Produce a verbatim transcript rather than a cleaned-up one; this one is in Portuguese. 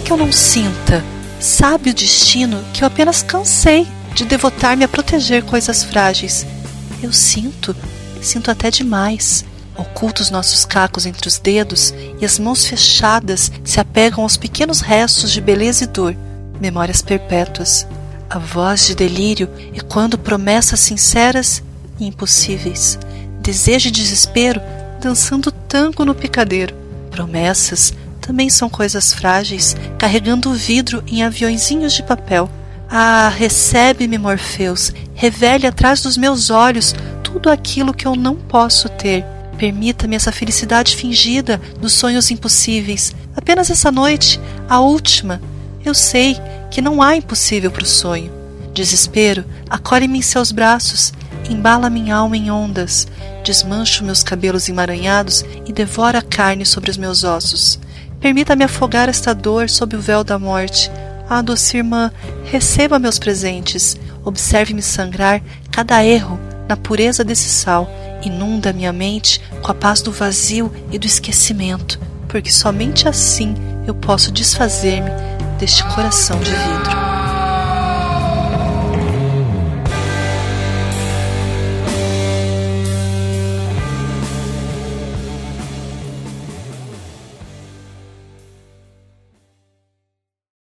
que eu não sinta? Sabe o destino que eu apenas cansei de devotar-me a proteger coisas frágeis. Eu sinto, sinto até demais. Oculto os nossos cacos entre os dedos e as mãos fechadas se apegam aos pequenos restos de beleza e dor, memórias perpétuas. A voz de delírio ecoando promessas sinceras e impossíveis. Desejo e desespero dançando tango no picadeiro. Promessas também são coisas frágeis, carregando o vidro em aviõezinhos de papel. Ah, recebe-me, Morfeus, revele atrás dos meus olhos tudo aquilo que eu não posso ter. Permita-me essa felicidade fingida dos sonhos impossíveis. Apenas essa noite, a última. Eu sei que não há impossível para o sonho. Desespero, acolhe-me em seus braços, embala minha alma em ondas, desmancho meus cabelos emaranhados e devora a carne sobre os meus ossos. Permita-me afogar esta dor sob o véu da morte. Ah, doce irmã, receba meus presentes. Observe-me sangrar cada erro na pureza desse sal. Inunda minha mente com a paz do vazio e do esquecimento, porque somente assim eu posso desfazer-me deste coração de vidro.